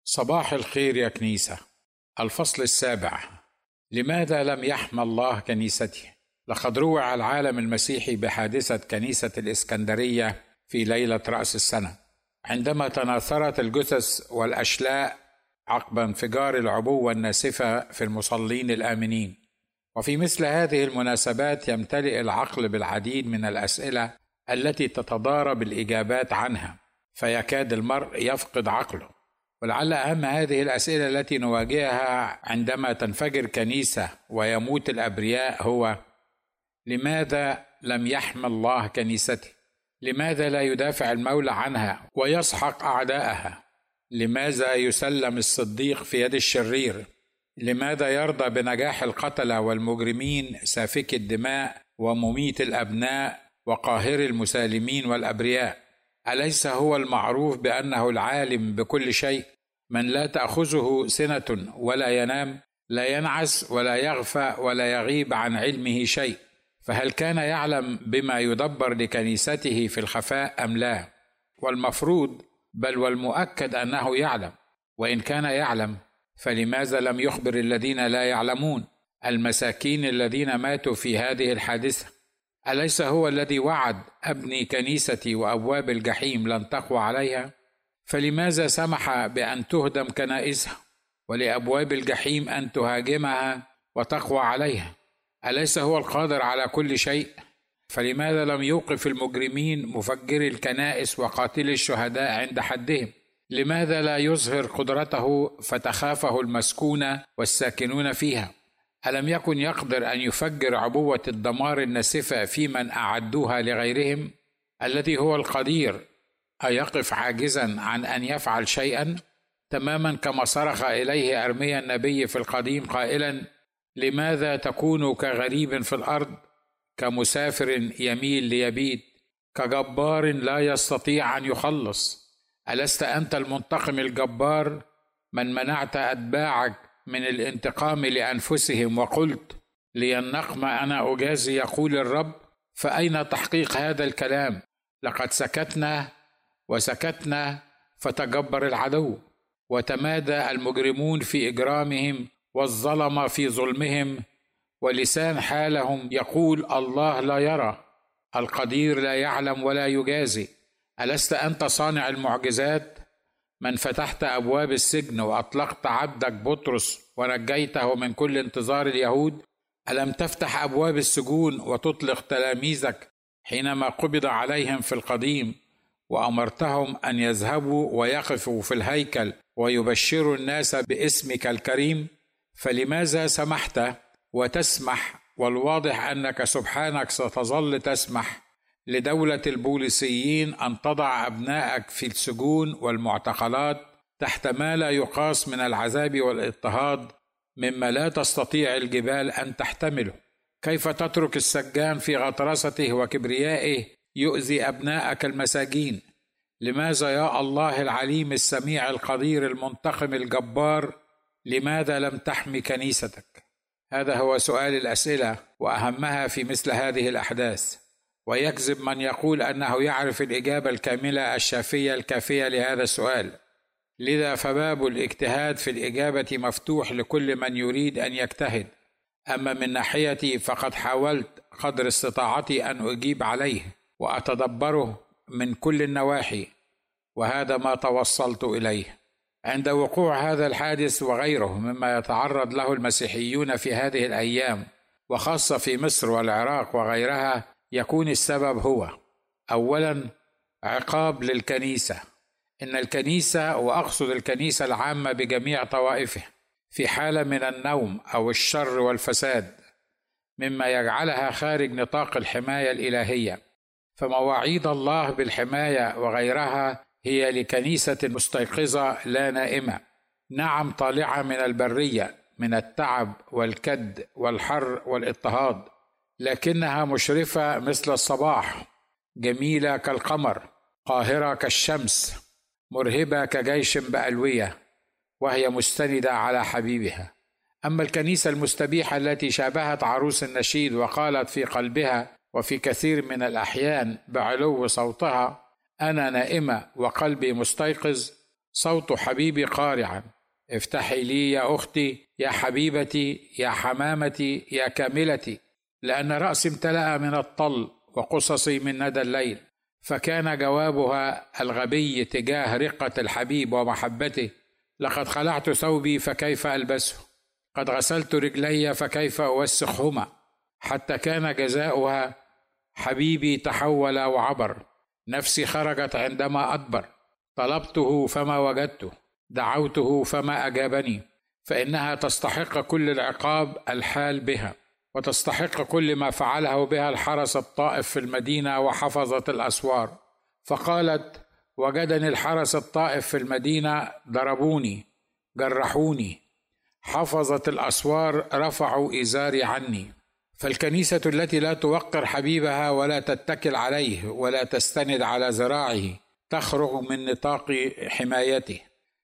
صباح الخير يا كنيسة. الفصل 7. لماذا لم يحمى الله كنيسته؟ لقد روع العالم المسيحي بحادثة كنيسة الإسكندرية في ليلة رأس السنة، عندما تناثرت الجثث والأشلاء عقب انفجار العبوة الناسفة في المصلين الآمنين. وفي مثل هذه المناسبات يمتلئ العقل بالعديد من الأسئلة التي تتضارب الإجابات عنها، فيكاد المرء يفقد عقله. ولعل أهم هذه الأسئلة التي نواجهها عندما تنفجر كنيسة ويموت الأبرياء هو: لماذا لم يحمى الله كنيسته؟ لماذا لا يدافع المولى عنها ويسحق أعداءها؟ لماذا يسلم الصديق في يد الشرير؟ لماذا يرضى بنجاح القتلة والمجرمين سافك الدماء ومميت الأبناء وقاهر المسالمين والأبرياء؟ أليس هو المعروف بأنه العالم بكل شيء، من لا تأخذه سنة ولا ينام، لا ينعس ولا يغفى ولا يغيب عن علمه شيء؟ فهل كان يعلم بما يدبر لكنيسته في الخفاء أم لا؟ والمفروض بل والمؤكد أنه يعلم. وإن كان يعلم فلماذا لم يخبر الذين لا يعلمون، المساكين الذين ماتوا في هذه الحادثة؟ أليس هو الذي وعد: أبني كنيستي وأبواب الجحيم لن تقوى عليها؟ فلماذا سمح بأن تهدم كنائسها ولأبواب الجحيم أن تهاجمها وتقوى عليها؟ أليس هو القادر على كل شيء؟ فلماذا لم يوقف المجرمين مفجري الكنائس وقاتلي الشهداء عند حدهم؟ لماذا لا يظهر قدرته فتخافه المسكونة والساكنون فيها؟ ألم يكن يقدر أن يفجر عبوة الدمار الناسفة في من أعدوها لغيرهم؟ الذي هو القدير أيقف عاجزا عن أن يفعل شيئا؟ تماما كما صرخ إليه أرميا النبي في القديم قائلا: لماذا تكون كغريب في الأرض، كمسافر يميل ليبيد، كجبار لا يستطيع أن يخلص؟ ألست أنت المنتقم الجبار من منعت أتباعك من الانتقام لأنفسهم وقلت: لي النقم أنا أجازي يقول الرب؟ فأين تحقيق هذا الكلام؟ لقد سكتنا وسكتنا فتجبر العدو، وتمادى المجرمون في إجرامهم والظلمة في ظلمهم، ولسان حالهم يقول: الله لا يرى، القدير لا يعلم ولا يجازي. ألست أنت صانع المعجزات من فتحت أبواب السجن وأطلقت عبدك بطرس ونجيته من كل انتظار اليهود؟ ألم تفتح أبواب السجون وتطلق تلاميذك حينما قبض عليهم في القديم وأمرتهم أن يذهبوا ويقفوا في الهيكل ويبشروا الناس باسمك الكريم؟ فلماذا سمحت وتسمح، والواضح أنك سبحانك ستظل تسمح، لدولة البوليسيين أن تضع أبنائك في السجون والمعتقلات تحت ما لا يقاس من العذاب والاضطهاد مما لا تستطيع الجبال أن تحتمله؟ كيف تترك السجان في غطرسته وكبريائه يؤذي أبنائك المساجين؟ لماذا يا الله العليم السميع القدير المنتقم الجبار، لماذا لم تحمي كنيستك؟ هذا هو سؤال الأسئلة وأهمها في مثل هذه الأحداث. ويكذب من يقول أنه يعرف الإجابة الكاملة الشافية الكافية لهذا السؤال. لذا فباب الاجتهاد في الإجابة مفتوح لكل من يريد أن يجتهد. أما من ناحيتي فقد حاولت قدر استطاعتي أن أجيب عليه وأتدبره من كل النواحي، وهذا ما توصلت إليه. عند وقوع هذا الحادث وغيره مما يتعرض له المسيحيون في هذه الأيام، وخاصة في مصر والعراق وغيرها، يكون السبب هو: أولا، عقاب للكنيسة. إن الكنيسة، وأقصد الكنيسة العامة بجميع طوائفها، في حالة من النوم أو الشر والفساد، مما يجعلها خارج نطاق الحماية الإلهية. فمواعيد الله بالحماية وغيرها هي لكنيسة مستيقظة لا نائمة، نعم طالعة من البرية من التعب والكد والحر والاضطهاد، لكنها مشرفة مثل الصباح، جميلة كالقمر، قاهرة كالشمس، مرهبة كجيش بألوية، وهي مستندة على حبيبها. أما الكنيسة المستبيحة التي شابهت عروس النشيد وقالت في قلبها وفي كثير من الأحيان بعلو صوتها: أنا نائمة وقلبي مستيقظ، صوت حبيبي قارعا: افتحي لي يا أختي، يا حبيبتي، يا حمامتي، يا كاملتي، لأن رأسي امتلأ من الطل وقصصي من ندى الليل. فكان جوابها الغبي تجاه رقة الحبيب ومحبته: لقد خلعت ثوبي فكيف ألبسه؟ قد غسلت رجلي فكيف أوسخهما؟ حتى كان جزاؤها: حبيبي تحول وعبر، نفسي خرجت عندما أدبر، طلبته فما وجدته، دعوته فما أجابني. فإنها تستحق كل العقاب الحال بها، وتستحق كل ما فعله بها الحرس الطائف في المدينة وحفظت الأسوار. فقالت: وجدني الحرس الطائف في المدينة، ضربوني، جرحوني، حفظت الأسوار رفعوا إزاري عني. فالكنيسة التي لا توقر حبيبها ولا تتكل عليه ولا تستند على ذراعه تخرج من نطاق حمايته،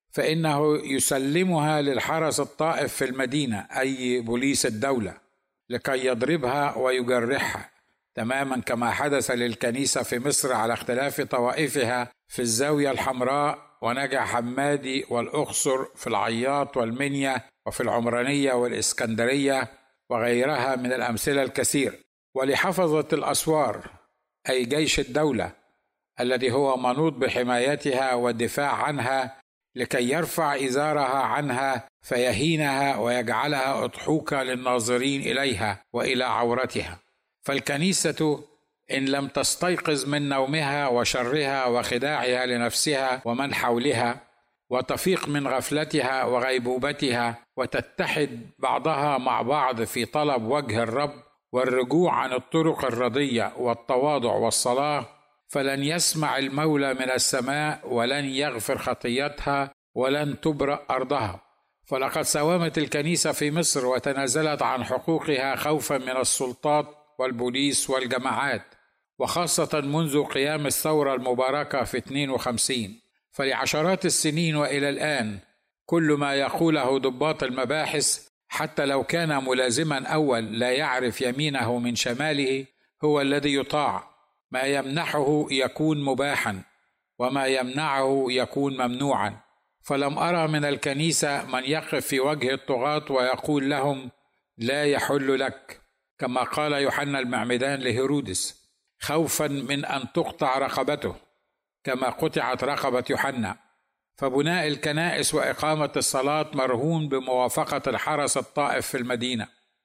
فإنه يسلمها للحرس الطائف في المدينة، أي بوليس الدولة، لكي يضربها ويجرحها، تماما كما حدث للكنيسة في مصر على اختلاف طوائفها في الزاوية الحمراء ونجع حمادي والأقصر، في العياط والمنيا، وفي العمرانية والإسكندرية وغيرها من الأمثلة الكثير. ولحفظة الأسوار، أي جيش الدولة الذي هو منوط بحمايتها والدفاع عنها، لكي يرفع إزارها عنها فيهينها ويجعلها أضحوكة للناظرين إليها وإلى عورتها. فالكنيسة إن لم تستيقظ من نومها وشرها وخداعها لنفسها ومن حولها، وتفيق من غفلتها وغيبوبتها، وتتحد بعضها مع بعض في طلب وجه الرب والرجوع عن الطرق الردية والتواضع والصلاة، فلن يسمع المولى من السماء ولن يغفر خطيتها ولن تبرأ أرضها. فلقد ساومت الكنيسة في مصر وتنازلت عن حقوقها خوفا من السلطات والبوليس والجماعات، وخاصة منذ قيام الثورة المباركة في 52. فلعشرات السنين وإلى الآن كل ما يقوله ضباط المباحث، حتى لو كان ملازما أول لا يعرف يمينه من شماله، هو الذي يطاع. ما يمنحه يكون مباحا، وما يمنعه يكون ممنوعا. فلم أرى من الكنيسة من يقف في وجه الطغاة ويقول لهم: لا يحل لك، كما قال يوحنا المعمدان لهيرودس، خوفا من أن تقطع رقبته كما قطعت رقبة يوحنا. فبناء الكنائس وإقامة الصلاة مرهون بموافقة الحرس الطائف في المدينة،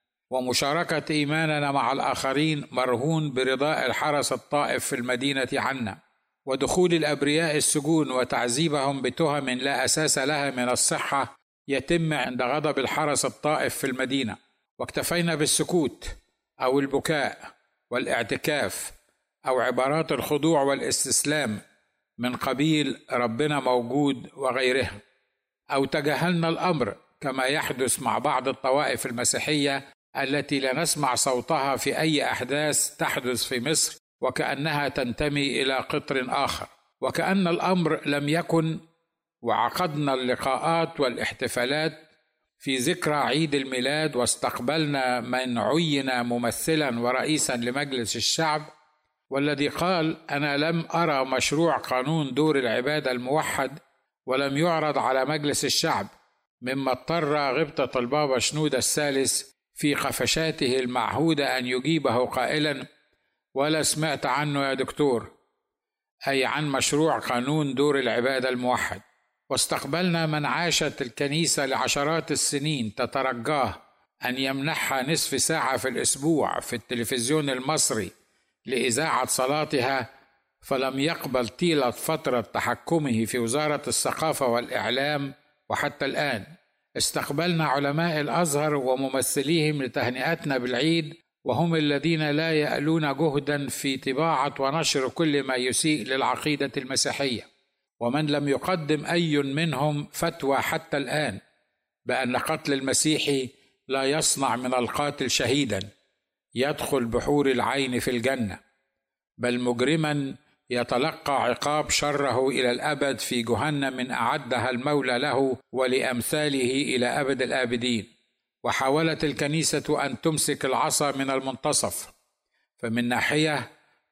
ومشاركة إيماننا مع الآخرين مرهون برضاء الحرس الطائف في المدينة عنا، ودخول الأبرياء السجون وتعذيبهم بتهم لا أساس لها من الصحة يتم عند غضب الحرس الطائف في المدينة. واكتفينا بالسكوت أو البكاء والاعتكاف أو عبارات الخضوع والاستسلام من قبيل ربنا موجود وغيرها، أو تجاهلنا الأمر كما يحدث مع بعض الطوائف المسيحية التي لا نسمع صوتها في أي أحداث تحدث في مصر، وكأنها تنتمي إلى قطر آخر، وكأن الأمر لم يكن. وعقدنا اللقاءات والاحتفالات في ذكرى عيد الميلاد، واستقبلنا من عين ممثلا ورئيسا لمجلس الشعب، والذي قال: أنا لم أرى مشروع قانون دور العبادة الموحد ولم يعرض على مجلس الشعب، مما اضطر غبطة البابا شنودة الثالث في قفشاته المعهودة أن يجيبه قائلا: ولا سمعت عنه يا دكتور، أي عن مشروع قانون دور العبادة الموحد. واستقبلنا من عاشت الكنيسة لعشرات السنين تترجاه أن يمنحها نصف ساعة في الأسبوع في التلفزيون المصري لإذاعة صلاتها، فلم يقبل طيلة فترة تحكمه في وزارة الثقافة والإعلام. وحتى الآن استقبلنا علماء الأزهر وممثليهم لتهنئتنا بالعيد، وهم الذين لا يألون جهدا في طباعة ونشر كل ما يسيء للعقيدة المسيحية. ومن لم يقدم أي منهم فتوى حتى الآن بأن قتل المسيحي لا يصنع من القاتل شهيدا يدخل بحور العين في الجنة، بل مجرما يتلقى عقاب شره إلى الأبد في جهنم أعدها المولى له ولأمثاله إلى أبد الآبدين. وحاولت الكنيسة أن تمسك العصا من المنتصف، فمن ناحية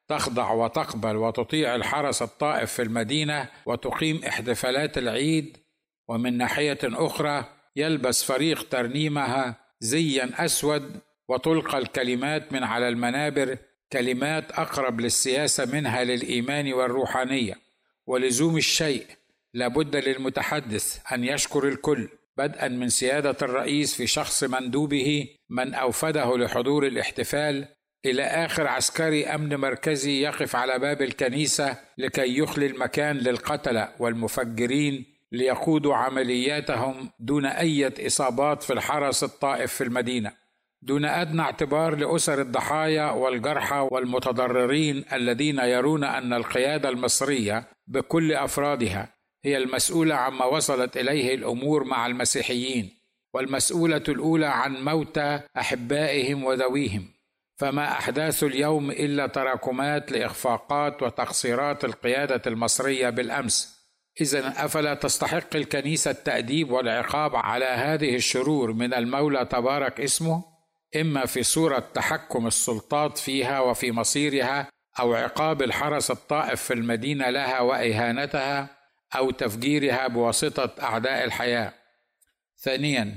تخضع وتقبل وتطيع الحرس الطائف في المدينة وتقيم احتفالات العيد، ومن ناحية أخرى يلبس فريق ترنيمها زيا أسود وتلقى الكلمات من على المنابر، كلمات أقرب للسياسة منها للإيمان والروحانية. ولزوم الشيء لابد للمتحدث أن يشكر الكل، بدءا من سيادة الرئيس في شخص مندوبه من أوفده لحضور الاحتفال، إلى آخر عسكري أمن مركزي يقف على باب الكنيسة لكي يخلي المكان للقتلة والمفجرين ليقودوا عملياتهم دون أي إصابات في الحرس الطائف في المدينة، دون أدنى اعتبار لأسر الضحايا والجرحى والمتضررين الذين يرون أن القيادة المصرية بكل أفرادها هي المسؤولة عما وصلت إليه الأمور مع المسيحيين، والمسؤولة الأولى عن موتى أحبائهم وذويهم. فما أحداث اليوم إلا تراكمات لإخفاقات وتقصيرات القيادة المصرية بالأمس. إذن أفلا تستحق الكنيسة التأديب والعقاب على هذه الشرور من المولى تبارك اسمه، إما في صورة تحكم السلطات فيها وفي مصيرها، أو عقاب الحرس الطائف في المدينة لها وإهانتها، أو تفجيرها بواسطة أعداء الحياة. ثانياً،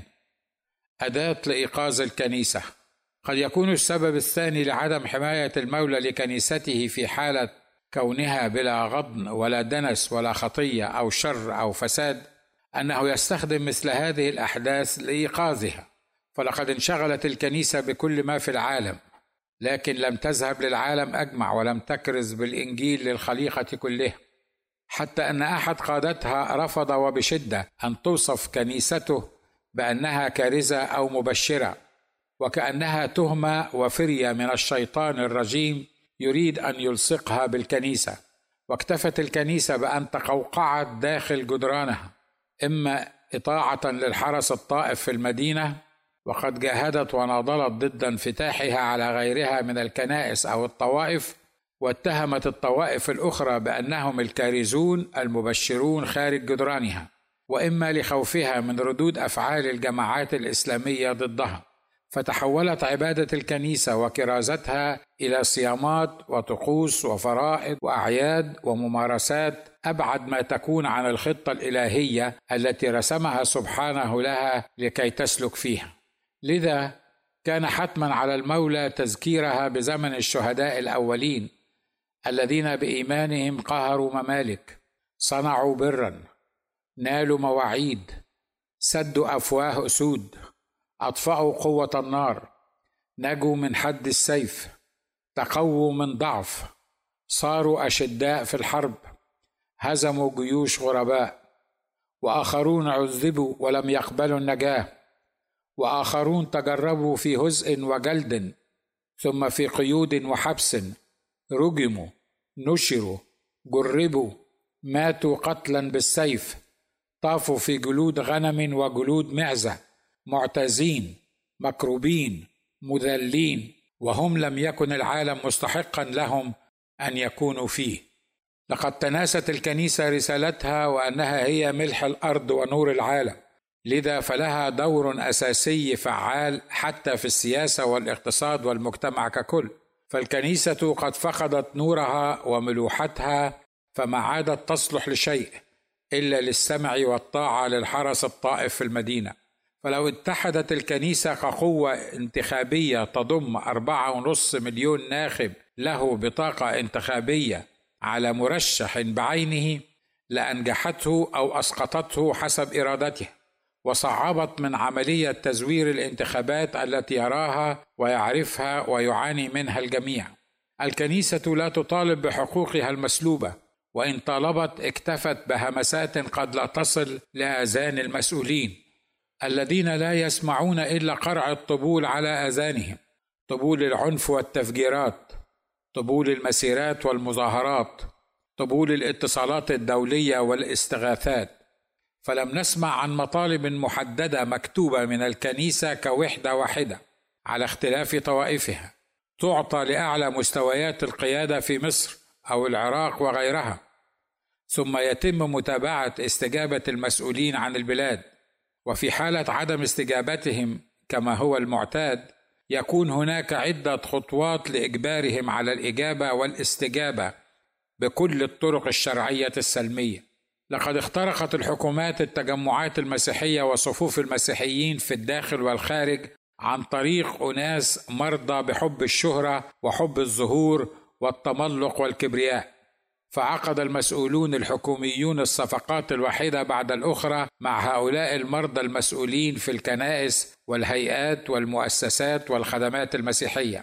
أداة لإيقاظ الكنيسة. قد يكون السبب الثاني لعدم حماية المولى لكنيسته في حالة كونها بلا غضن ولا دنس ولا خطية أو شر أو فساد أنه يستخدم مثل هذه الأحداث لإيقاظها. فلقد انشغلت الكنيسة بكل ما في العالم، لكن لم تذهب للعالم أجمع ولم تكرز بالإنجيل للخليقة كلها، حتى أن أحد قادتها رفض وبشدة أن توصف كنيسته بأنها كارزة أو مبشرة، وكأنها تهمة وفرية من الشيطان الرجيم يريد أن يلصقها بالكنيسة. واكتفت الكنيسة بأن تقوقعت داخل جدرانها، إما إطاعة للحرس الطائف في المدينة، وقد جاهدت وناضلت ضد انفتاحها على غيرها من الكنائس أو الطوائف، واتهمت الطوائف الأخرى بأنهم الكارزون المبشرون خارج جدرانها، وإما لخوفها من ردود أفعال الجماعات الإسلامية ضدها. فتحولت عبادة الكنيسة وكرازتها إلى صيامات وطقوس وفرائض وأعياد وممارسات أبعد ما تكون عن الخطة الإلهية التي رسمها سبحانه لها لكي تسلك فيها. لذا كان حتما على المولى تذكيرها بزمن الشهداء الأولين الذين بإيمانهم قهروا ممالك، صنعوا برا، نالوا مواعيد، سدوا أفواه أسود، أطفأوا قوة النار، نجوا من حد السيف، تقووا من ضعف، صاروا أشداء في الحرب، هزموا جيوش غرباء، وآخرون عذبوا ولم يقبلوا النجاة، وآخرون تجربوا في هزء وجلد، ثم في قيود وحبس، رجموا، نشروا، جربوا، ماتوا قتلا بالسيف، طافوا في جلود غنم وجلود معزة، معتزين، مكروبين، مذلين، وهم لم يكن العالم مستحقا لهم أن يكونوا فيه. لقد تناست الكنيسة رسالتها وأنها هي ملح الأرض ونور العالم، لذا فلها دور أساسي فعال حتى في السياسة والاقتصاد والمجتمع ككل. فالكنيسة قد فقدت نورها وملوحتها، فما عادت تصلح لشيء إلا للسمع والطاعة للحرس الطائف في المدينة. فلو اتحدت الكنيسة كقوة انتخابية تضم 4.5 مليون ناخب له بطاقة انتخابية على مرشح بعينه، لأنجحته أو أسقطته حسب إرادته، وصعبت من عملية تزوير الانتخابات التي يراها ويعرفها ويعاني منها الجميع. الكنيسة لا تطالب بحقوقها المسلوبة، وإن طالبت اكتفت بهمسات قد لا تصل لآذان المسؤولين الذين لا يسمعون إلا قرع الطبول على آذانهم، طبول العنف والتفجيرات، طبول المسيرات والمظاهرات، طبول الاتصالات الدولية والاستغاثات. فلم نسمع عن مطالب محددة مكتوبة من الكنيسة كوحدة واحدة على اختلاف طوائفها تعطى لأعلى مستويات القيادة في مصر أو العراق وغيرها، ثم يتم متابعة استجابة المسؤولين عن البلاد. وفي حالة عدم استجابتهم كما هو المعتاد، يكون هناك عدة خطوات لإجبارهم على الإجابة والاستجابة بكل الطرق الشرعية السلمية. لقد اخترقت الحكومات التجمعات المسيحية وصفوف المسيحيين في الداخل والخارج عن طريق أناس مرضى بحب الشهرة وحب الظهور والتملق والكبرياء، فعقد المسؤولون الحكوميون الصفقات الواحدة بعد الأخرى مع هؤلاء المرضى المسؤولين في الكنائس والهيئات والمؤسسات والخدمات المسيحية،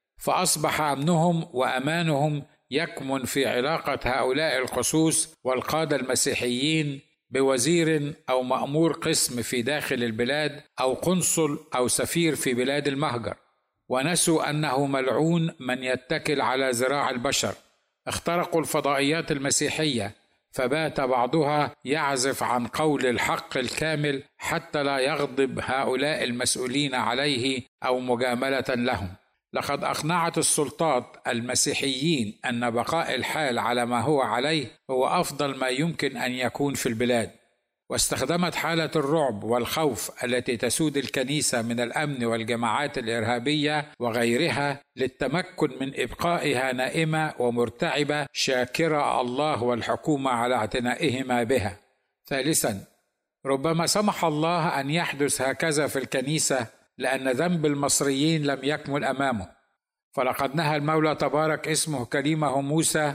فأصبح أمنهم وأمانهم يكمن في علاقة هؤلاء الخصوص والقادة المسيحيين بوزير أو مأمور قسم في داخل البلاد أو قنصل أو سفير في بلاد المهجر، ونسوا أنه ملعون من يتكل على ذراع البشر. اخترقوا الفضائيات المسيحية، فبات بعضها يعزف عن قول الحق الكامل حتى لا يغضب هؤلاء المسؤولين عليه أو مجاملة لهم. لقد أقنعت السلطات المسيحيين أن بقاء الحال على ما هو عليه هو أفضل ما يمكن أن يكون في البلاد، واستخدمت حالة الرعب والخوف التي تسود الكنيسة من الأمن والجماعات الإرهابية وغيرها للتمكن من إبقائها نائمة ومرتعبة، شاكرة الله والحكومة على اعتنائهما بها. ثالثاً، ربما سمح الله أن يحدث هكذا في الكنيسة لأن ذنب المصريين لم يكمل أمامه، فلقد نهى المولى تبارك اسمه كليمه موسى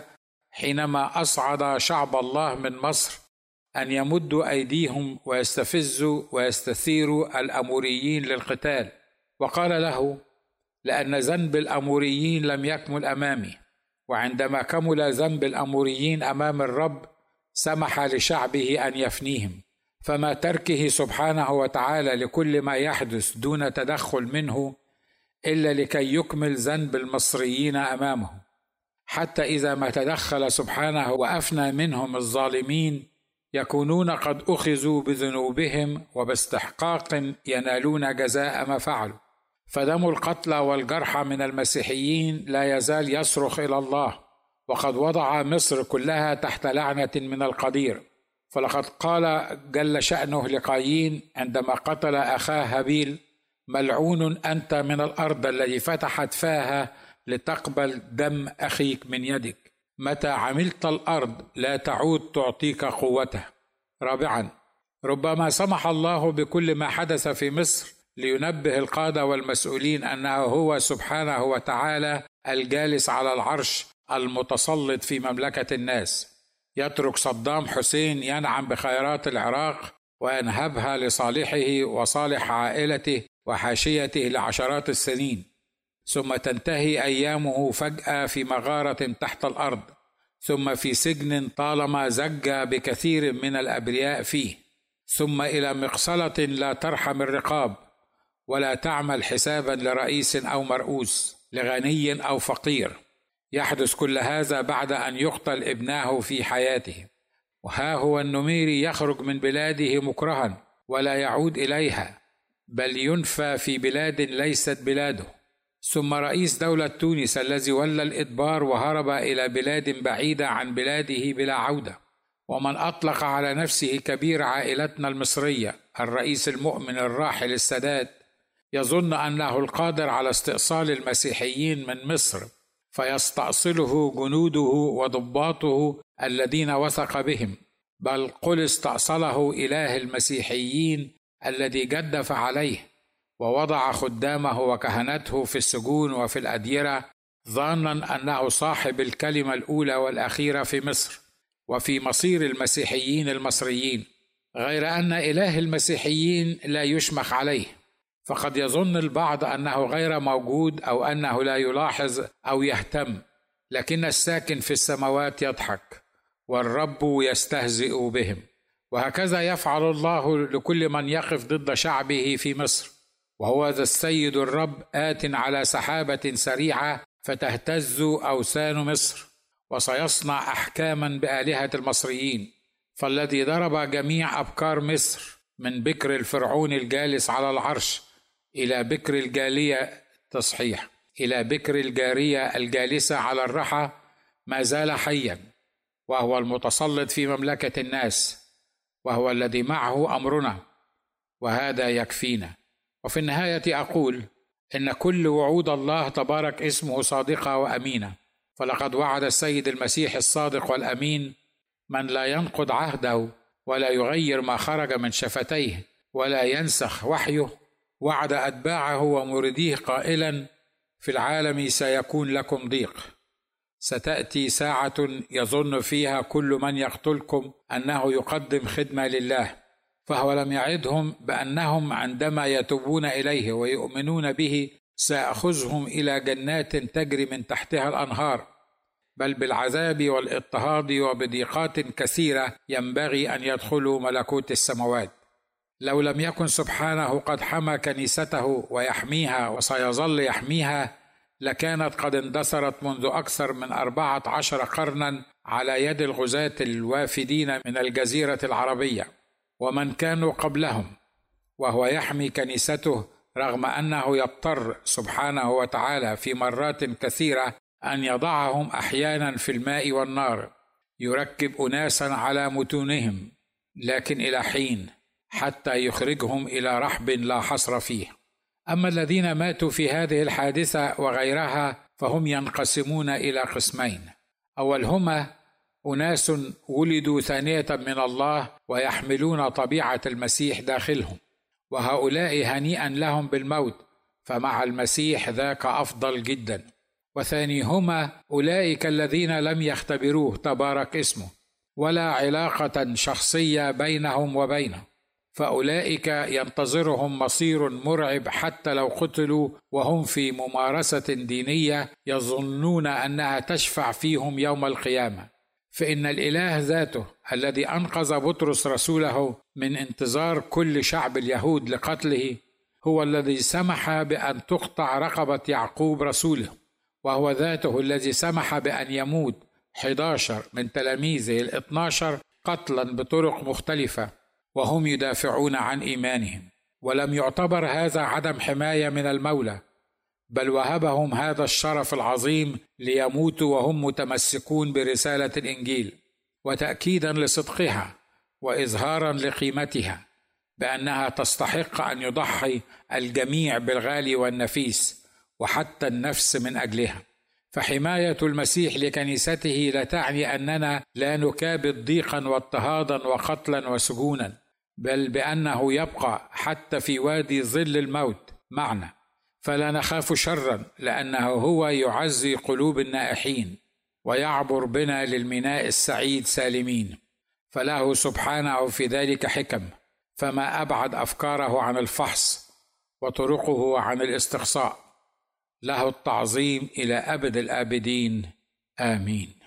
حينما أصعد شعب الله من مصر أن يمدوا أيديهم ويستفزوا ويستثيروا الأموريين للقتال، وقال له: لأن ذنب الأموريين لم يكمل أمامي. وعندما كمل ذنب الأموريين أمام الرب سمح لشعبه أن يفنيهم، فما تركه سبحانه وتعالى لكل ما يحدث دون تدخل منه إلا لكي يكمل ذنب المصريين أمامه، حتى إذا ما تدخل سبحانه وأفنى منهم الظالمين يكونون قد أخذوا بذنوبهم وباستحقاق ينالون جزاء ما فعلوا. فدم القتلى والجرحى من المسيحيين لا يزال يصرخ إلى الله، وقد وضع مصر كلها تحت لعنة من القدير. فلقد قال جل شأنه لقايين عندما قتل أخاه هابيل: ملعون أنت من الأرض التي فتحت فاها لتقبل دم أخيك من يدك، متى عملت الأرض لا تعود تعطيك قوته. رابعا، ربما سمح الله بكل ما حدث في مصر لينبه القادة والمسؤولين أنه هو سبحانه وتعالى الجالس على العرش المتسلط في مملكة الناس، يترك صدام حسين ينعم بخيرات العراق وينهبها لصالحه وصالح عائلته وحاشيته لعشرات السنين، ثم تنتهي أيامه فجأة في مغارة تحت الأرض، ثم في سجن طالما زج بكثير من الأبرياء فيه، ثم إلى مقصلة لا ترحم الرقاب ولا تعمل حسابا لرئيس أو مرؤوس، لغني أو فقير. يحدث كل هذا بعد أن يقتل ابناه في حياته. وها هو النميري يخرج من بلاده مكرها ولا يعود إليها، بل ينفى في بلاد ليست بلاده. ثم رئيس دولة تونس الذي ولى الإدبار وهرب إلى بلاد بعيدة عن بلاده بلا عودة. ومن أطلق على نفسه كبير عائلتنا المصرية الرئيس المؤمن الراحل السادات يظن أنه القادر على استئصال المسيحيين من مصر، فيستأصله جنوده وضباطه الذين وثق بهم، بل قل استأصله إله المسيحيين الذي جدف عليه ووضع خدامه وكهنته في السجون وفي الأديرة، ظانا أنه صاحب الكلمة الأولى والأخيرة في مصر وفي مصير المسيحيين المصريين، غير أن إله المسيحيين لا يشمخ عليه. فقد يظن البعض أنه غير موجود أو أنه لا يلاحظ أو يهتم، لكن الساكن في السماوات يضحك والرب يستهزئ بهم. وهكذا يفعل الله لكل من يقف ضد شعبه في مصر. وهو ذا السيد الرب آت على سحابة سريعة فتهتز أوثان مصر، وسيصنع أحكاما بآلهة المصريين. فالذي ضرب جميع أبكار مصر من بكر الفرعون الجالس على العرش إلى بكر الجالية تصحيح إلى بكر الجارية الجالسة على الرحى ما زال حيا، وهو المتسلط في مملكة الناس، وهو الذي معه أمرنا، وهذا يكفينا. وفي النهاية أقول إن كل وعود الله تبارك اسمه صادقة وأمينة، فلقد وعد السيد المسيح الصادق والأمين من لا ينقض عهده ولا يغير ما خرج من شفتيه ولا ينسخ وحيه، وعد أتباعه ومريديه قائلا: في العالم سيكون لكم ضيق، ستأتي ساعة يظن فيها كل من يقتلكم أنه يقدم خدمة لله، فهو لم يعدهم بأنهم عندما يتوبون إليه ويؤمنون به سيأخذهم إلى جنات تجري من تحتها الأنهار، بل بالعذاب والاضطهاد وبضيقات كثيرة ينبغي أن يدخلوا ملكوت السماوات. لو لم يكن سبحانه قد حمى كنيسته ويحميها وسيظل يحميها، لكانت قد اندثرت منذ أكثر من 14 قرنا على يد الغزاة الوافدين من الجزيرة العربية ومن كانوا قبلهم، وهو يحمي كنيسته رغم أنه يضطر سبحانه وتعالى في مرات كثيرة أن يضعهم أحيانا في الماء والنار، يركب أناسا على متونهم لكن إلى حين، حتى يخرجهم إلى رحب لا حصر فيه. أما الذين ماتوا في هذه الحادثة وغيرها فهم ينقسمون إلى قسمين: أولهما أناس ولدوا ثانية من الله ويحملون طبيعة المسيح داخلهم، وهؤلاء هنيئا لهم بالموت، فمع المسيح ذاك أفضل جدا. وثانيهما أولئك الذين لم يختبروه تبارك اسمه ولا علاقة شخصية بينهم وبينه، فأولئك ينتظرهم مصير مرعب حتى لو قتلوا وهم في ممارسة دينية يظنون أنها تشفع فيهم يوم القيامة. فإن الإله ذاته الذي أنقذ بطرس رسوله من انتظار كل شعب اليهود لقتله هو الذي سمح بأن تقطع رقبة يعقوب رسوله، وهو ذاته الذي سمح بأن يموت 11 من تلاميذه 12 قتلا بطرق مختلفة وهم يدافعون عن إيمانهم. ولم يعتبر هذا عدم حماية من المولى، بل وهبهم هذا الشرف العظيم ليموتوا وهم متمسكون برسالة الإنجيل، وتأكيدا لصدقها وإظهارا لقيمتها بأنها تستحق أن يضحي الجميع بالغالي والنفيس وحتى النفس من أجلها. فحماية المسيح لكنيسته لا تعني أننا لا نكابد ضيقا واضطهادا وقتلا وسجونا، بل بأنه يبقى حتى في وادي ظل الموت معنا، فلا نخاف شرا لأنه هو يعزي قلوب النائحين ويعبر بنا للميناء السعيد سالمين. فله سبحانه في ذلك حكم، فما أبعد أفكاره عن الفحص وطرقه عن الاستقصاء. له التعظيم إلى أبد الآبدين، آمين.